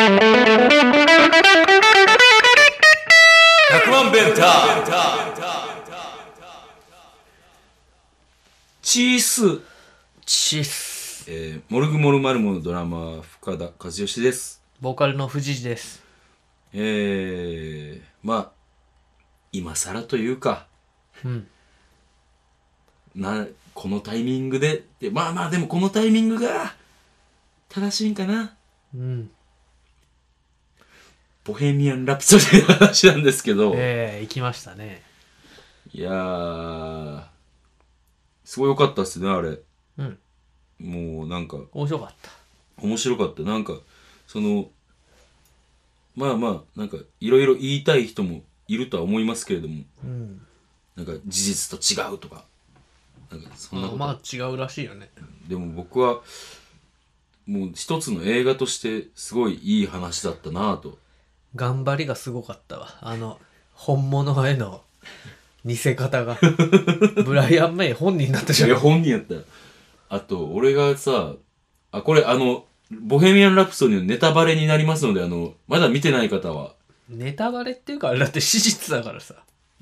万弁タチースチース。 モルグモルマルモのドラマー深田和義です。 ボーカルの藤次です。 まあ今更というか、このタイミングでまあでもこのタイミングが正しいんかな。ボヘミアン・ラプソディの話なんですけど、 行きましたね。 いやーすごい良かったっすねあれ。もうなんか面白かった。 なんかそのまあなんかいろいろ言いたい人もいるとは思いますけれども、なんか事実と違うとかなんかそんなこと、 まあ違うらしいよね。 でも僕はもう一つの映画としてすごいいい話だったなぁと。 頑張りがすごかったわ。本物への似せ方がブライアン・メイ本人だったじゃん。 いや本人やった。あと俺がさこれボヘミアン・ラプソディのネタバレになりますのでまだ見てない方は。 ネタバレっていうかあれだって史実だからさ。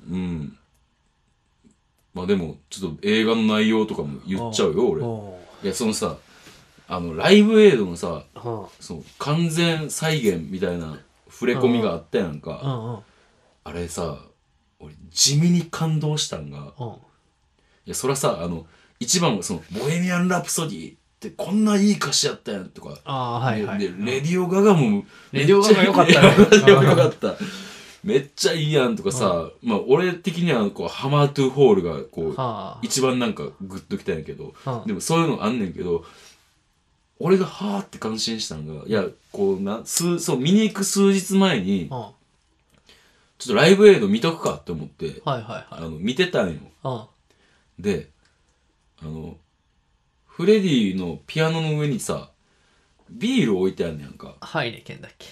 まあでもちょっと映画の内容とかも言っちゃうよ俺。いやそのさライブエイドのさ、そう完全再現みたいな触れ込みがあったやんか。あれさ俺地味に感動したんが、いやそらさ一番はそのボヘミアン・ラプソディってこんないい歌詞やったやんとか、でレディオガガもレディオガガ良かったね。 よかっためっちゃいいやんとかさ、まあ俺的にはこうハマートゥーホールがこう、一番なんかグッときたんやけど、でもそういうのあんねんけど、俺がはーって感心したんが、いやこうそう見に行く数日前に、ちょっとライブエイド見とくかって思って、見てたんよ。でフレディのピアノの上にさビール置いてあんねやんか。 ハイネケンだっけ。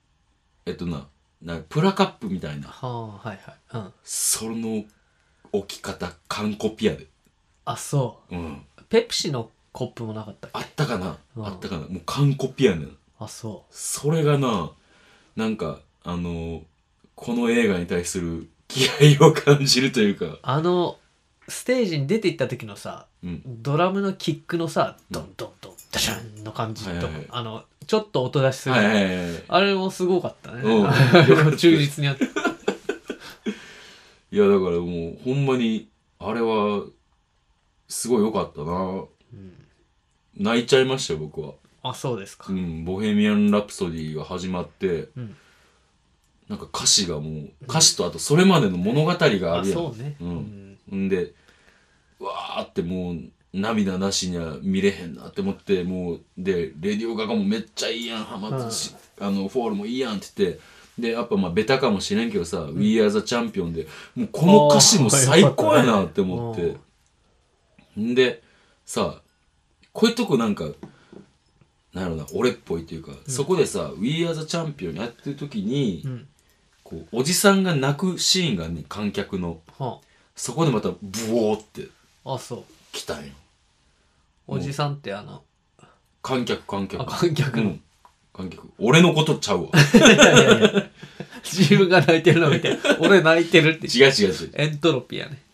プラカップみたいな。その置き方完コピやで。 そう。ペプシのコップもなかったっけ。 あったかな、もう完コピやねん。それがなんかこの映画に対する気合を感じるというか、 ステージに出て行った時のさ、ドラムのキックのさ、ドンドンドンダシャンの感じと、ちょっと音出しする、あれもすごかったね。忠実にやっていやだからもうほんまにあれはすごい良かったな。泣いちゃいましたよ僕は。 そうですか。 ボヘミアン・ラプソディが始まって、なんか歌詞がもう歌詞とあとそれまでの物語があるやん。 そうね。 んでわーってもう涙なしには見れへんなって思って、もうでレディオガガもめっちゃいいやん、ハマってし、フォールもいいやんって言って、でやっぱまあベタかもしれんけどさ、We Are the Champion でもうこの歌詞も最高やなって思って、んでさこういうとこなんかなんやろな俺っぽいっていうか、そこでさ We Are the Champion やってる時に、こうおじさんが泣くシーンがあんねん観客の。そこでまたブオーって来たんよ。 おじさんって観客観客俺のことちゃうわ。 自分が泣いてるの見て俺泣いてるって。 違うエントロピーやね。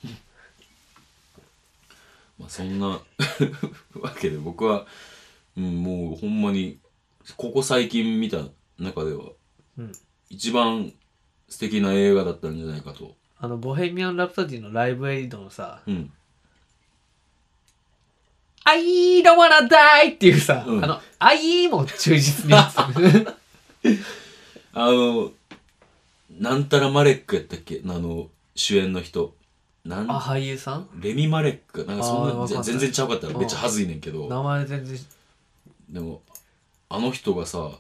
まあそんなわけで僕は、もうほんまにここ最近見た中では、一番素敵な映画だったんじゃないかと。 ボヘミアン・ラプソディのライブエイドのさ、I don't wanna die っていうさ、I も忠実にやってる。 なんたらマレックやったっけ、主演の人。 俳優さんレミ・マレックなんかそんな全然ちゃうかったらめっちゃはずいねんけど、 名前全然。 でもあの人がさ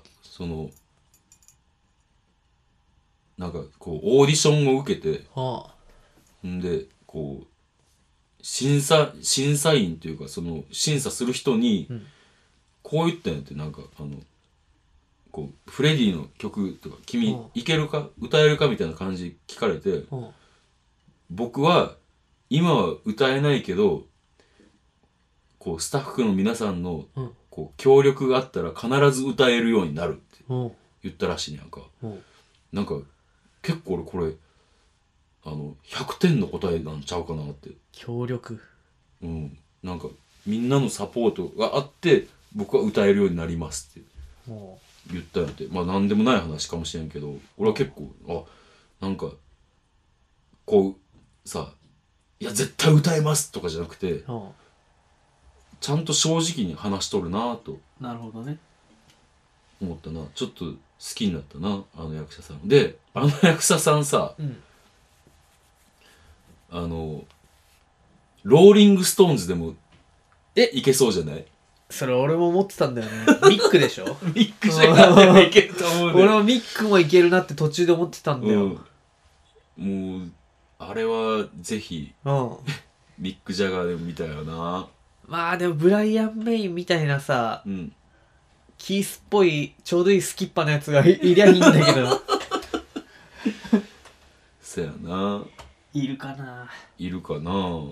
なんかこうオーディションを受けて、んでこう審査員というかその審査する人にこう言ったんやって、なんかこうフレディの曲とか君いけるか歌えるかみたいな感じ聞かれて、僕は今は歌えないけどこうスタッフの皆さんのこう協力があったら必ず歌えるようになるって言ったらしいねやんか。 うん、 なんか結構俺これ100点の答えなんちゃうかなって。 協力。 うん、なんかみんなのサポートがあって僕は歌えるようになりますって言ったんやって。まあ何でもない話かもしれんけど、俺は結構なんかこうさ、いや絶対歌えますとかじゃなくて、ちゃんと正直に話しとるなと。 なるほどね。 思ったな。ちょっと好きになったな、あの役者さんで。あの役者さんさ、 うん、 ローリングストーンズでもいけそうじゃない？ それ俺も思ってたんだよね。ミックでしょ。 ミックじゃなくてもいけると思うね。 俺もミックもいけるなって途中で思ってたんだよ。 もうあれはぜひミック・ジャガーでも見たよな。 まあでもブライアン・メインみたいなさ、キースっぽいちょうどいいスキッパのやつがいりゃいいんだけど。 そやな。 いるかな。 いるかな。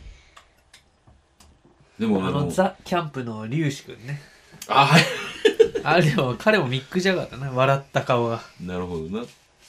でもザ・キャンプのリュウシ君ね。 はい。 あれも彼もミック・ジャガーだな、笑った顔が。 なるほどな。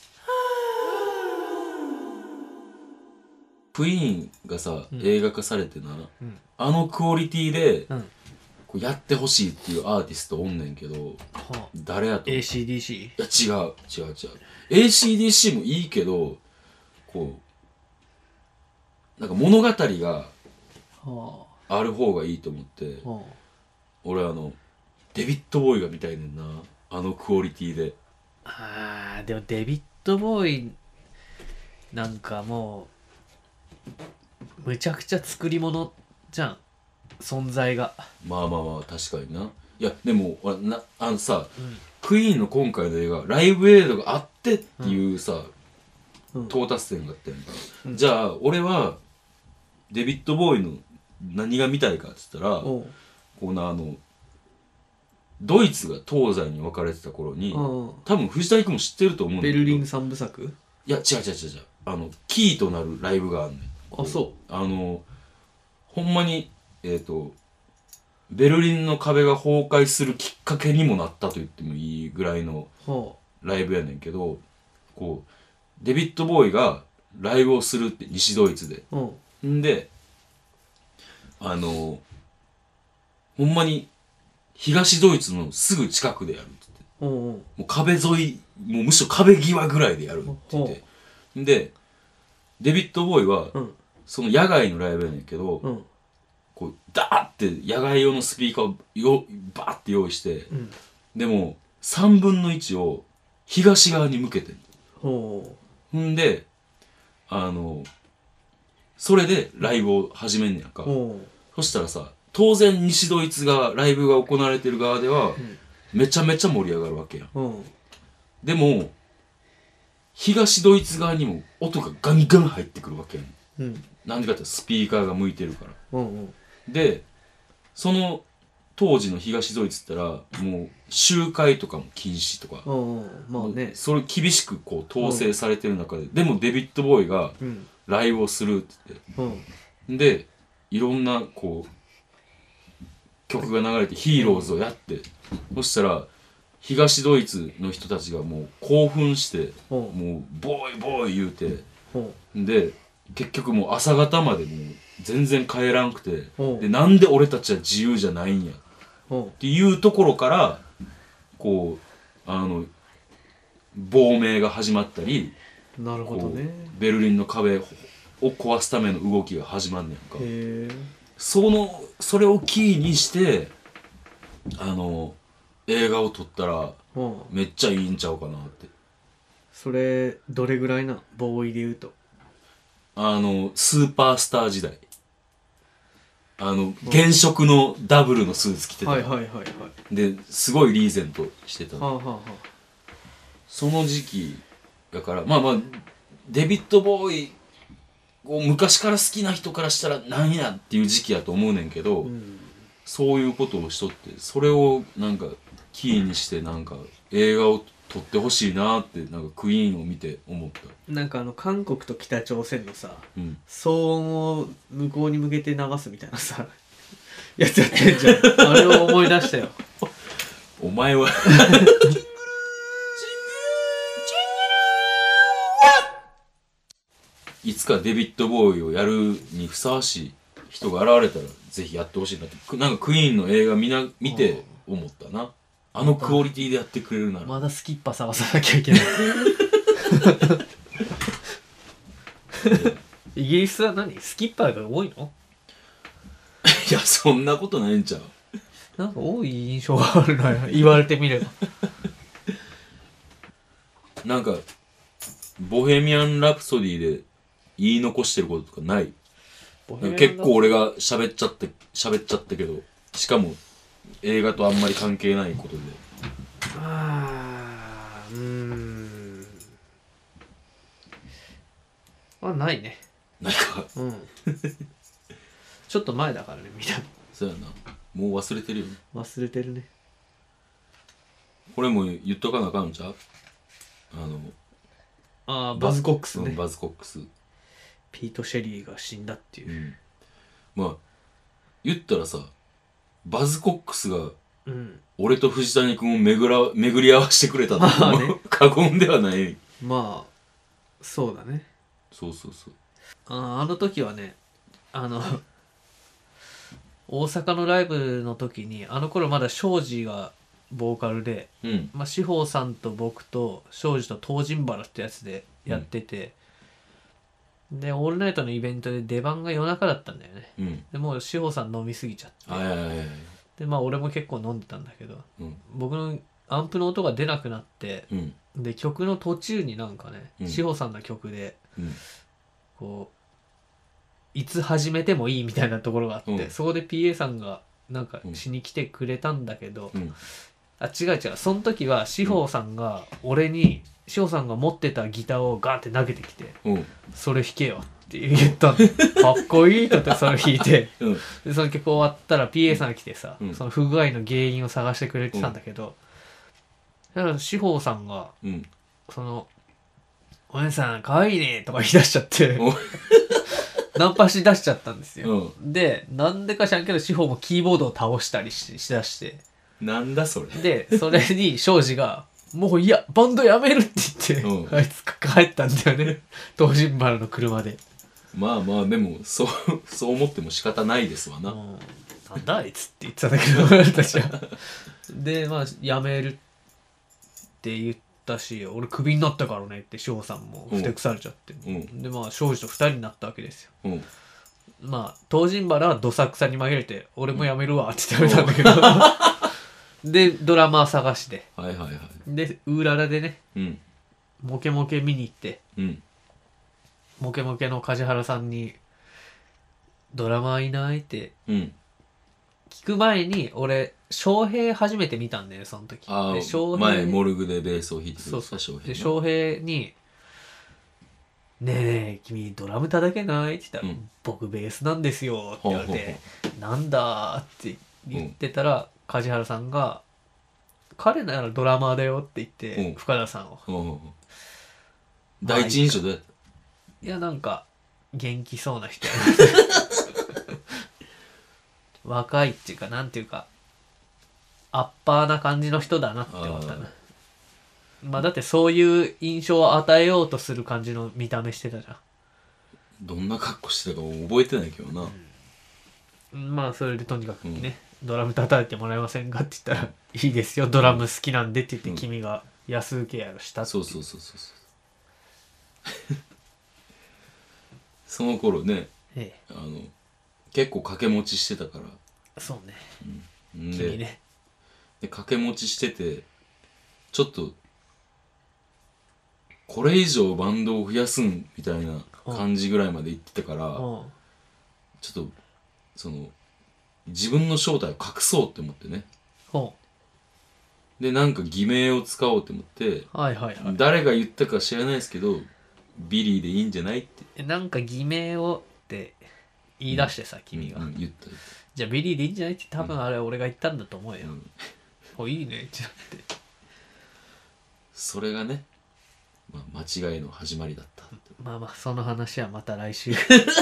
クイーンがさ、映画化されてな、あのクオリティで、こうやってほしいっていうアーティストおんねんけど、誰やと ACDC？ いや違う ACDC もいいけど、こうなんか物語がある方がいいと思って、俺デビッド・ボーイが見たいねんな、あのクオリティで。 でもデビッド・ボーイなんかもうむちゃくちゃ作り物じゃん、存在が。 まあ確かにな。いやでもさ、クイーンの今回の映画ライブエイドがあってっていうさ、到達点があったやんか、じゃあ俺はデビッド・ボーイの何が見たいかっつったら、こうなドイツが東西に分かれてた頃に、多分藤田君も知ってると思うんだけど、 ベルリン三部作。 いや違うキーとなるライブがあんねん。 そうほんまにベルリンの壁が崩壊するきっかけにもなったと言ってもいいぐらいのライブやねんけど、こうデビッド・ボーイがライブをするって西ドイツで、んでほんまに東ドイツのすぐ近くでやるって言って、もう壁沿い、もうむしろ壁際ぐらいでやるって言って、でデビッド・ボーイは、その野外のライブやねんけど、こうダーって野外用のスピーカーをバーって用意して、でも3分の1を東側に向けてんでそれでライブを始めんねやんか。そしたらさ、当然西ドイツ側ライブが行われてる側では、めちゃめちゃ盛り上がるわけやん。でも東ドイツ側にも音がガンガン入ってくるわけやん。なんでかってスピーカーが向いてるから。でその当時の東ドイツって言ったらもう集会とかも禁止とか、それ厳しくこう統制されてる中で、でもデビッド・ボーイがライブをするって言って、でいろんなこう曲が流れてヒーローズをやって、そしたら東ドイツの人たちがもう興奮して、もうボーイボーイ言うて、で結局もう朝方までもう全然帰らんくて、でなんで俺たちは自由じゃないんやっていうところからこう亡命が始まったり、 なるほどね、 ベルリンの壁を壊すための動きが始まんねんか。それをキーにして映画を撮ったらめっちゃいいんちゃうかなって。 それどれぐらいな、ボーイで言うとスーパースター時代、原色のダブルのスーツ着てた、ですごいリーゼントしてた、その時期だから、まあデビッド・ボーイを昔から好きな人からしたらなんやっていう時期やと思うねんけど、そういうことをしとって、それをなんかキーにしてなんか映画を撮ってほしいなって、なんかクイーンを見て思った。 なんか韓国と北朝鮮のさ、騒音を向こうに向けて流すみたいなさやつやってんじゃん。あれを思い出したよ。 お前はいつかデビッド・ボーイをやるにふさわしい人が現れたらぜひやってほしいなってなんかクイーンの映画見て思ったな。あのクオリティでやってくれるならまだスキッパ探さなきゃいけないイギリスは何スキッパーが多いの？ いやそんなことないんちゃう。 なんか多い印象があるな言われてみればなんかボヘミアン・ラプソディで言い残してることとかない？結構俺が喋っちゃったけど、しかも映画とあんまり関係ないことで。 ないね。 ないか。 ちょっと前だからね見た。 そうやな。もう忘れてるよね。 忘れてるね。 これも言っとかなあかんちゃう？ バズコックスね。 バズコックス。 ピート・シェリーが死んだっていう。 まあ言ったらさ、バズコックスが俺と藤谷君を巡り合わせてくれたって過言ではない。 まあそうだね。 そうそうそう。 あの時はね、大阪のライブの時にあの頃まだ庄司がボーカルで、志保さんと僕と庄司と東尋原ってやつでやってて、でオールナイトのイベントで出番が夜中だったんだよね、でもう志保さん飲みすぎちゃって、でまあ俺も結構飲んでたんだけど、僕のアンプの音が出なくなって、で曲の途中になんかね、志保さんの曲で、こういつ始めてもいいみたいなところがあって、そこで PA さんがなんかしに来てくれたんだけど、違うその時は志保さんが俺に、志保さんが持ってたギターをガーって投げてきて、それ弾けよって言ったのかっこいいって言ってそれ弾いて、でその曲終わったら PA さんが来てさ、その不具合の原因を探してくれてたんだけど、だから志保さんが、そのお姉さんかわいいねとか言い出しちゃってナンパし出しちゃったんですよ、でなんでか知らんけど志保もキーボードを倒したりしだして、 なんだそれでそれに庄司がもういやバンドやめるって言って、あいつ帰ったんだよね東尋原の車で。 まあまあでもそう思っても仕方ないですわな、 なんだあいつって言ってたんだけど私はでまあやめるって言ったし、俺クビになったからねって志保さんもふてくされちゃって、でまあ庄司と2人になったわけですよ、まあ東尋原はどさくさに紛れて俺もやめるわって言ってたんだけど、でドラマー探して、でウーララでね、モケモケ見に行って、モケモケの梶原さんにドラマーいないって聞く前に俺翔平初めて見たんだよその時。で前モルグでベースを弾いてくれた翔平で翔平に「ねえ君ドラム叩けない?」って言ったら「僕ベースなんですよ」って言われて「なんだ」って言ってたら、梶原さんが「彼ならドラマーだよ」って言って深田さんを、 第一印象どうやった？ いやなんか元気そうな人若いっていうかなんていうかアッパーな感じの人だなって思ったな。まあだってそういう印象を与えようとする感じの見た目してたじゃん。 どんな格好してたか覚えてないけどな、 まあそれでとにかくね、ドラム叩いてもらえませんかって言ったらいいですよドラム好きなんでって言って君が安請けやろしたって、 そうその頃ね、結構掛け持ちしてたから。 そうね、 君ね。で掛け持ちしててちょっとこれ以上バンドを増やすんみたいな感じぐらいまで行ってたから、ちょっとその自分の正体を隠そうって思ってね。でなんか偽名を使おうって思って、誰が言ったか知らないですけどビリーでいいんじゃないってなんか偽名をって言い出してさ、君が、 言ったじゃあビリーでいいんじゃないって多分あれ俺が言ったんだと思うよ、いいねってなって、 それがね、間違いの始まりだった。 まあその話はまた来週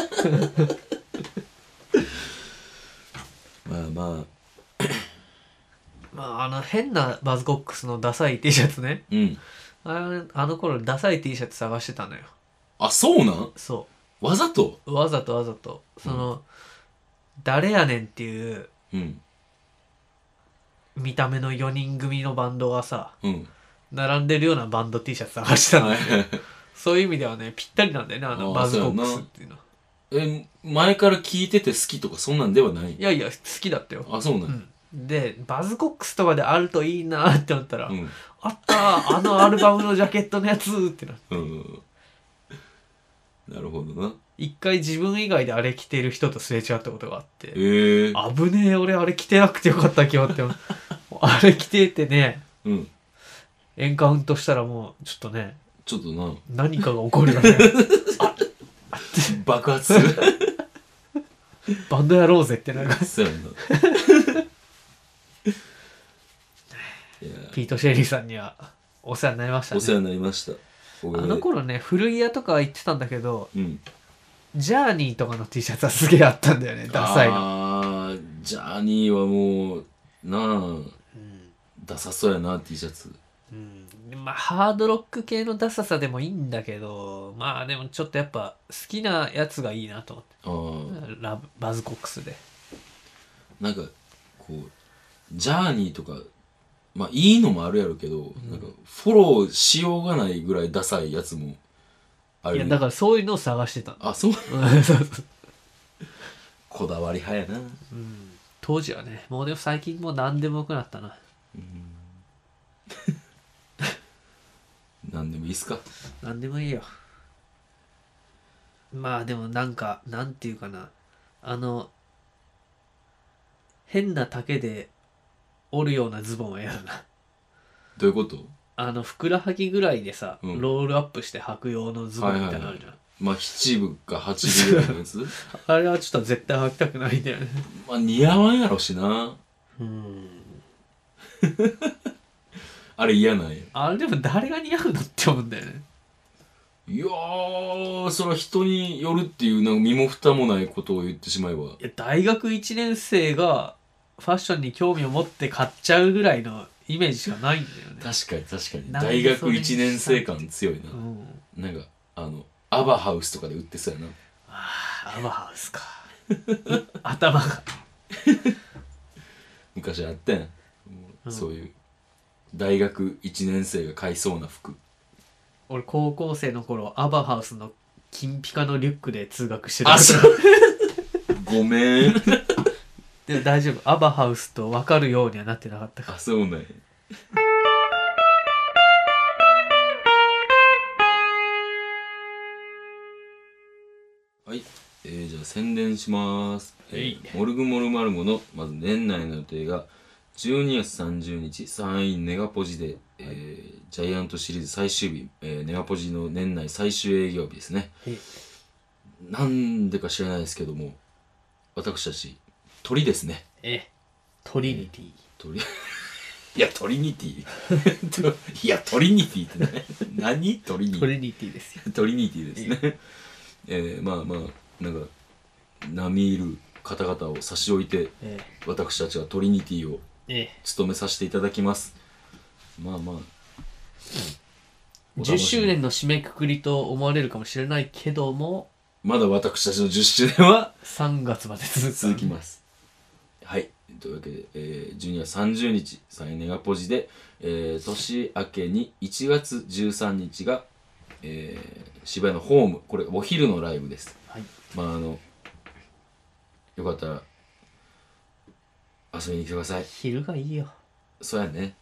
変なバズコックスのダサい T シャツね、あの頃ダサい T シャツ探してたのよ。 あ、そうなん？ そわざと？ う。わざとわざと。誰やねんっていう、 うん。 見た目の4人組のバンドがさ、 うん。 並んでるようなバンド T シャツ探したんですよ。そういう意味ではね、ぴったりなんだよね、バズコックスっていうのは。 前から聞いてて好きとかそんなんではない？ いやいや、好きだったよ。 あ、そうなん、 で、バズコックスとかであるといいなって思ったら、 うんあったー、あのアルバムのジャケットのやつってなって。 なるほどな。 一回自分以外であれ着てる人とすれ違ったことがあって、危ねえ、俺あれ着てなくてよかった今日ってあれ着ててね、エンカウントしたらもうちょっとね、 ちょっとな、 何かが起こるよね。 爆発する。 バンドやろうぜってなるから。 そうやんな。 ピート・シェリーさんにはお世話になりましたね。 お世話になりました。 あの頃ね、古着屋とかは行ってたんだけど、 うん、 ジャーニーとかの T シャツはすげえあったんだよね、ダサいの。 ああ、ジャーニーはもうなあ、ダサそうやな T シャツ。 まあハードロック系のダサさでもいいんだけど、まあでもちょっとやっぱ好きなやつがいいなと思って。バズコックスで。 なんかこうジャーニーとか、まあいいのもあるやろけど、なんかフォローしようがないぐらいダサいやつもある。 いやだからそういうのを探してたの。 あ、そう。こだわり派やな。 当時はね、もうでも最近もう何でもよくなったな。 何でもいいっすか。 何でもいいよ。まあでもなんかなんていうかな、変な丈で折るようなズボンは嫌だな。 どういうこと？ ふくらはぎぐらいでさ、ロールアップして履く用のズボンみたいなのあるじゃん。 まあ7分か8分ぐらいのやつ。 あれはちょっと絶対履きたくないんだよね。 まあ似合わんやろしな。あれ嫌なんや。 あれでも誰が似合うのって思うんだよね。 いやー、それは人によるっていう、なんか身も蓋もないことを言ってしまえば。いや、大学1年生がファッションに興味を持って買っちゃうぐらいのイメージしかないんだよね。 確かに確かに。大学1年生感強いな。なんか、アバハウスとかで売ってそうやな。 アバハウスか。頭が。 昔あったやん。そういう。大学1年生が買いそうな服。 俺高校生の頃アバハウスの金ピカのリュックで通学してた。 ごめん。 でも大丈夫、アバハウスと分かるようにはなってなかったから。 あ、そうなんや。はい、じゃあ宣伝します。モルグモルマルモのまず年内の予定が12月30日山陰ネガポジで、ジャイアントシリーズ最終日、ネガポジの年内最終営業日ですね。なんでか知らないですけども、私たち鳥ですね。 トリニティ。 いやトリニティ。いやトリニティってね。何？トリニティ。 トリニティですよ。 トリニティですね。まあまあなんか並みいる方々を差し置いて、私たちはトリニティを務めさせていただきます。まあまあ、 10周年の締めくくりと思われるかもしれないけども、 まだ私たちの10周年は 3月まで続きます。はい、というわけで、12月30日サイネガポジで、年明けに1月13日が、渋谷のホーム、これお昼のライブです。まあよかったら遊びに来てください。 昼がいいよ。 そうやね。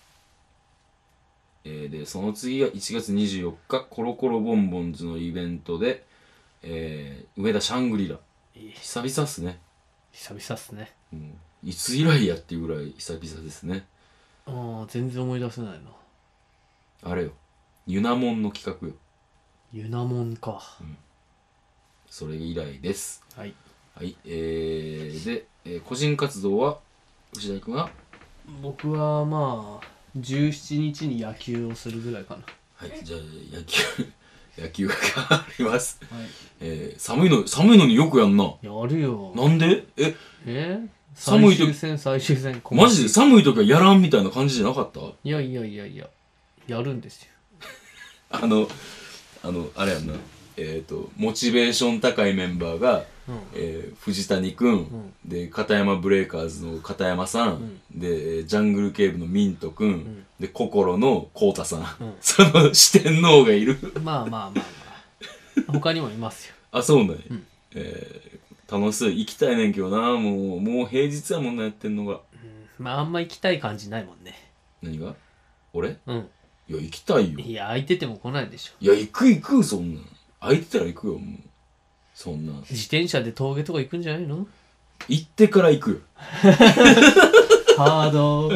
でその次が1月24日コロコロボンボンズのイベントで、梅田シャングリラ、久々っすね。 久々っすね。 いつ以来やっていうぐらい久々ですね。 全然思い出せないな。 あれよ、ユナモンの企画よ。 ユナモンか。 それ以来です。 はい。 はい、で、個人活動は牛田君は？ 僕はまあ17日に野球をするぐらいかな。 はい、じゃあ野球があります。寒いのによくやんな。 やるよ。 なんで？ 寒い時最終戦マジで寒い時はやらんみたいな感じじゃなかった？ いややるんですよ。 あれやんな、 モチベーション高いメンバーが、藤谷くん、で片山ブレイカーズの片山さん、でジャングル警部のミントくん、で心のコウタさん、その四天王がいる。 まあまあまあまあ他にもいますよ。 あ、そうなんや。楽しそう。行きたいねんけどな。もう平日やもんな、やってんのが。 まああんま行きたい感じないもんね。 何が？俺？ うん。 いや、行きたいよ。 いや、空いてても来ないでしょ。 いや、行く、そんなん。空いてたら行くよ、もう。そんな。 自転車で峠とか行くんじゃないの？ 行ってから行くよ。 ハード。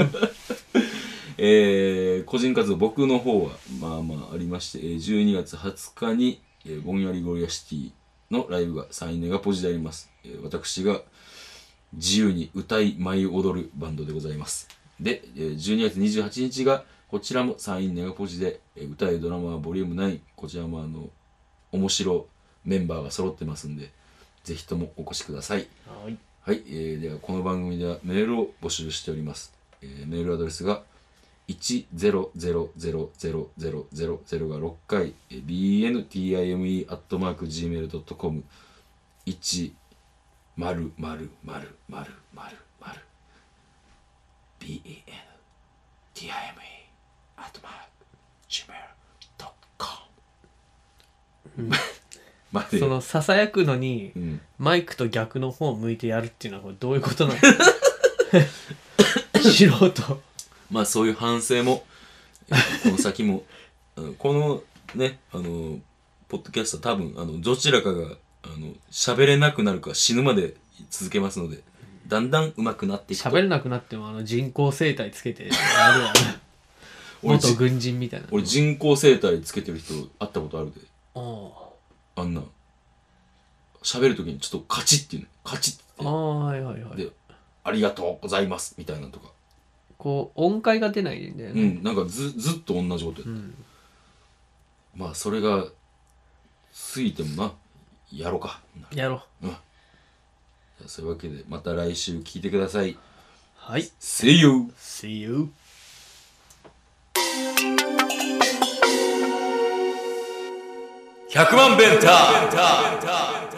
個人活動、僕の方は、まあまあありまして、12月20日に、ぼんやりゴリアシティのライブがサインネガポジであります。私が自由に歌い舞い踊るバンドでございます。で、12月28日がこちらもサインネガポジで、歌いドラマボリューム9、こちらも面白メンバーが揃ってますんで、ぜひともお越しください。 はい。 はい、ではこの番組ではメールを募集しております。メールアドレスが1000000が6回 bntime@gmail.com 1 〇〇〇〇〇〇 bntime@gmail.com そのささやくのに、マイクと逆の方を向いてやるっていうのはこれどういうことなの？素人。 まあそういう反省も、この先もこのねポッドキャスト多分どちらかが喋れなくなるか死ぬまで続けますので、だんだん上手くなっていくと。 喋れなくなっても人工声帯つけてやるわね。元軍人みたいな。 俺人工声帯つけてる人会ったことあるで。あんな喋るときにちょっとカチッっていうね、カチッって。 はいはいはい。 で、ありがとうございますみたいなとか。 こう音階が出ないんだよね。 なんかずっと同じことやって、まあそれがついてもな、やろうか。 やろう。 そういうわけでまた来週聞いてください。 はい。 See you! See you! 100万ベンター